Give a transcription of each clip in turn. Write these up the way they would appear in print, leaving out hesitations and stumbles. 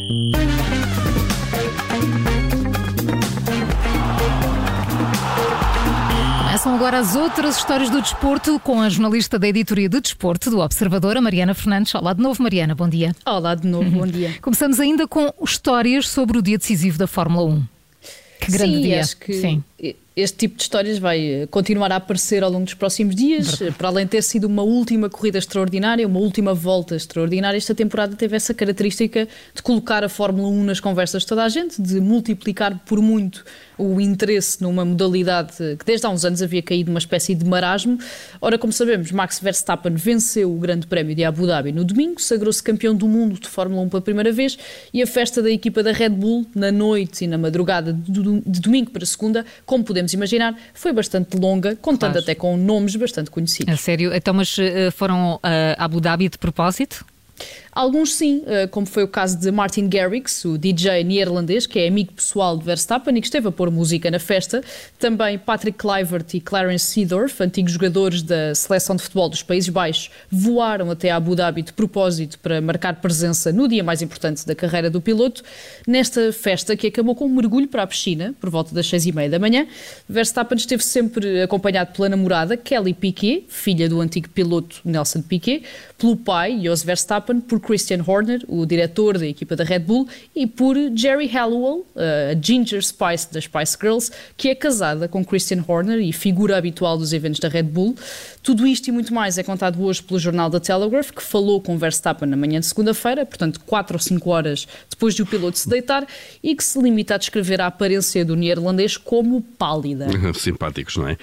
Começam agora as outras histórias do desporto com a jornalista da editoria de desporto do Observador, a Mariana Fernandes. Olá de novo, Mariana, bom dia. Olá de novo, bom dia. Começamos ainda com histórias sobre o dia decisivo da Fórmula 1. Que grande dia. Acho que este tipo de histórias vai continuar a aparecer ao longo dos próximos dias. Verdade. Para além de ter sido uma última corrida extraordinária, uma última volta extraordinária, esta temporada teve essa característica de colocar a Fórmula 1 nas conversas de toda a gente, de multiplicar por muito o interesse numa modalidade que desde há uns anos havia caído numa espécie de marasmo. Ora, como sabemos, Max Verstappen venceu o Grande Prémio de Abu Dhabi no domingo, sagrou-se campeão do mundo de Fórmula 1 pela primeira vez, e a festa da equipa da Red Bull, na noite e na madrugada de domingo para segunda, como podemos imaginar, foi bastante longa, contando até com nomes bastante conhecidos. A sério? Então, mas foram a Abu Dhabi de propósito? Alguns sim, como foi o caso de Martin Garrix, o DJ neerlandês, que é amigo pessoal de Verstappen e que esteve a pôr música na festa. Também Patrick Kluivert e Clarence Seedorf, antigos jogadores da seleção de futebol dos Países Baixos, voaram até Abu Dhabi de propósito para marcar presença no dia mais importante da carreira do piloto. Nesta festa, que acabou com um mergulho para a piscina, por volta das 6h30 da manhã, Verstappen esteve sempre acompanhado pela namorada, Kelly Piquet, filha do antigo piloto Nelson Piquet, pelo pai, Jos Verstappen, por Christian Horner, o diretor da equipa da Red Bull, e por Geri Halliwell, a Ginger Spice das Spice Girls, que é casada com Christian Horner e figura habitual dos eventos da Red Bull. Tudo isto e muito mais é contado hoje pelo jornal The Telegraph, que falou com Verstappen na manhã de segunda-feira, portanto 4 ou 5 horas depois de o piloto se deitar, e que se limita a descrever a aparência do neerlandês como pálida. Simpáticos, não é?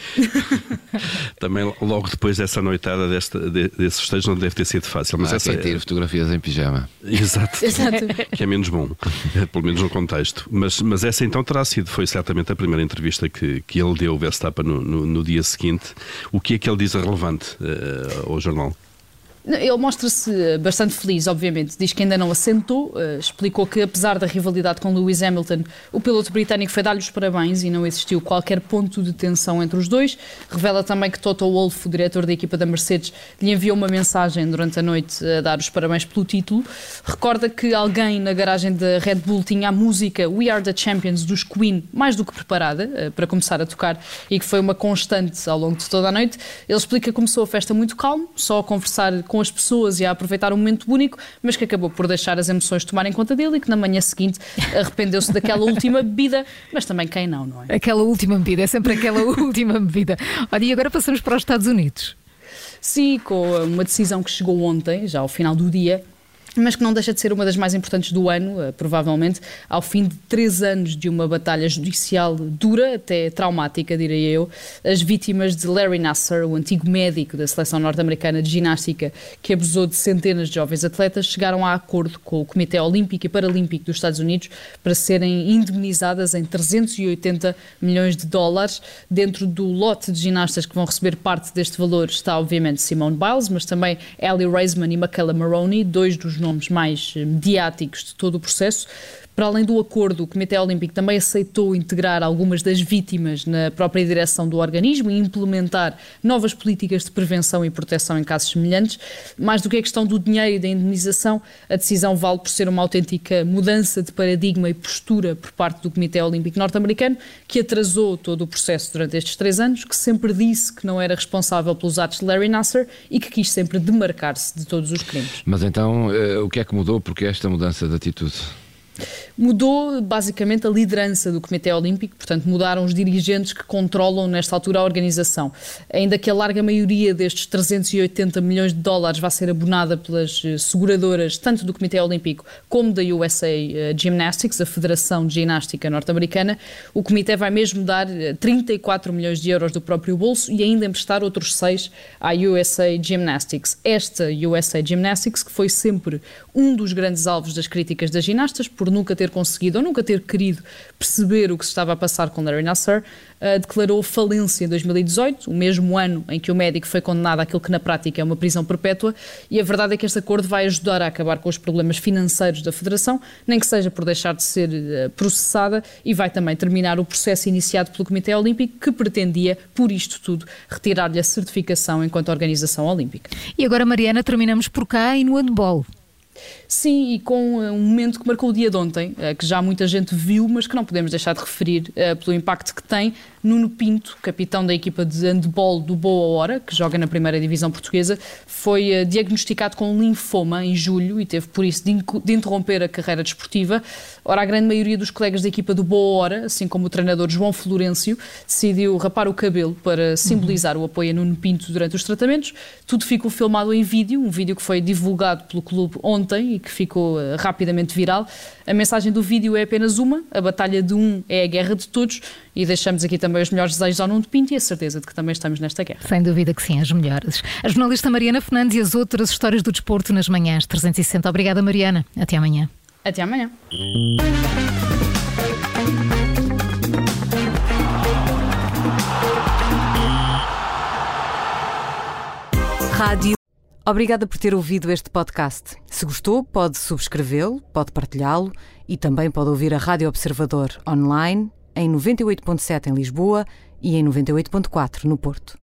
Também logo depois dessa noitada desse festejo não deve ter sido fácil. Mas essa ter fotografias em pijama. Exato. Que é menos bom, pelo menos no contexto. Mas essa então foi certamente a primeira entrevista que ele deu ao Verstappen no dia seguinte. O que é que ele diz relevante ao jornal? Ele mostra-se bastante feliz, obviamente. Diz que ainda não assentou, explicou que apesar da rivalidade com Lewis Hamilton, o piloto britânico foi dar-lhe os parabéns e não existiu qualquer ponto de tensão entre os dois. Revela também que Toto Wolff, o diretor da equipa da Mercedes, lhe enviou uma mensagem durante a noite a dar os parabéns pelo título. Recorda que alguém na garagem da Red Bull tinha a música We Are The Champions dos Queen mais do que preparada para começar a tocar, e que foi uma constante ao longo de toda a noite. Ele explica que começou a festa muito calmo, só a conversar com as pessoas e a aproveitar um momento único, mas que acabou por deixar as emoções tomarem conta dele e que na manhã seguinte arrependeu-se daquela última bebida, mas também quem não é? Aquela última bebida, é sempre aquela última bebida. Olha, e agora passamos para os Estados Unidos. Sim, com uma decisão que chegou ontem, já ao final do dia, mas que não deixa de ser uma das mais importantes do ano, provavelmente, ao fim de 3 anos de uma batalha judicial dura, até traumática, diria eu. As vítimas de Larry Nassar, o antigo médico da seleção norte-americana de ginástica, que abusou de centenas de jovens atletas, chegaram a acordo com o Comitê Olímpico e Paralímpico dos Estados Unidos para serem indemnizadas em 380 milhões de dólares. Dentro do lote de ginastas que vão receber parte deste valor está, obviamente, Simone Biles, mas também Ellie Raisman e Michaela Maroney, dois dos nomes mais mediáticos de todo o processo. Para além do acordo, o Comitê Olímpico também aceitou integrar algumas das vítimas na própria direção do organismo e implementar novas políticas de prevenção e proteção em casos semelhantes. Mais do que a questão do dinheiro e da indemnização, a decisão vale por ser uma autêntica mudança de paradigma e postura por parte do Comitê Olímpico norte-americano, que atrasou todo o processo durante estes 3 anos, que sempre disse que não era responsável pelos atos de Larry Nassar e que quis sempre demarcar-se de todos os crimes. Mas então, o que é que mudou? Porque esta mudança de atitude? Mudou basicamente a liderança do Comitê Olímpico, portanto mudaram os dirigentes que controlam nesta altura a organização. Ainda que a larga maioria destes 380 milhões de dólares vá ser abonada pelas seguradoras tanto do Comitê Olímpico como da USA Gymnastics, a Federação de Ginástica norte-americana, o Comitê vai mesmo dar 34 milhões de euros do próprio bolso e ainda emprestar outros 6 à USA Gymnastics. Esta USA Gymnastics, que foi sempre um dos grandes alvos das críticas das ginastas, por nunca ter conseguido ou nunca ter querido perceber o que se estava a passar com Larry Nassar, declarou falência em 2018, o mesmo ano em que o médico foi condenado àquilo que na prática é uma prisão perpétua, e a verdade é que este acordo vai ajudar a acabar com os problemas financeiros da Federação, nem que seja por deixar de ser processada, e vai também terminar o processo iniciado pelo Comitê Olímpico, que pretendia, por isto tudo, retirar-lhe a certificação enquanto organização olímpica. E agora, Mariana, terminamos por cá e no handball. Sim, e com um momento que marcou o dia de ontem, que já muita gente viu, mas que não podemos deixar de referir pelo impacto que tem. Nuno Pinto, capitão da equipa de handball do Boa Hora, que joga na primeira divisão portuguesa, foi diagnosticado com linfoma em julho e teve por isso de interromper a carreira desportiva. Ora, a grande maioria dos colegas da equipa do Boa Hora, assim como o treinador João Florencio, decidiu rapar o cabelo para simbolizar o apoio a Nuno Pinto durante os tratamentos. Tudo ficou filmado em vídeo, um vídeo que foi divulgado pelo clube ontem e que ficou rapidamente viral. A mensagem do vídeo é apenas uma: a batalha de um é a guerra de todos, e deixamos aqui também os melhores desejos ao Nuno Pinto e a certeza de que também estamos nesta guerra. Sem dúvida que sim, as melhores. A jornalista Mariana Fernandes e as outras histórias do desporto nas manhãs 360. Obrigada, Mariana. Até amanhã. Até amanhã. Rádio. Obrigada por ter ouvido este podcast. Se gostou, pode subscrevê-lo, pode partilhá-lo e também pode ouvir a Rádio Observador online em 98.7 em Lisboa e em 98.4 no Porto.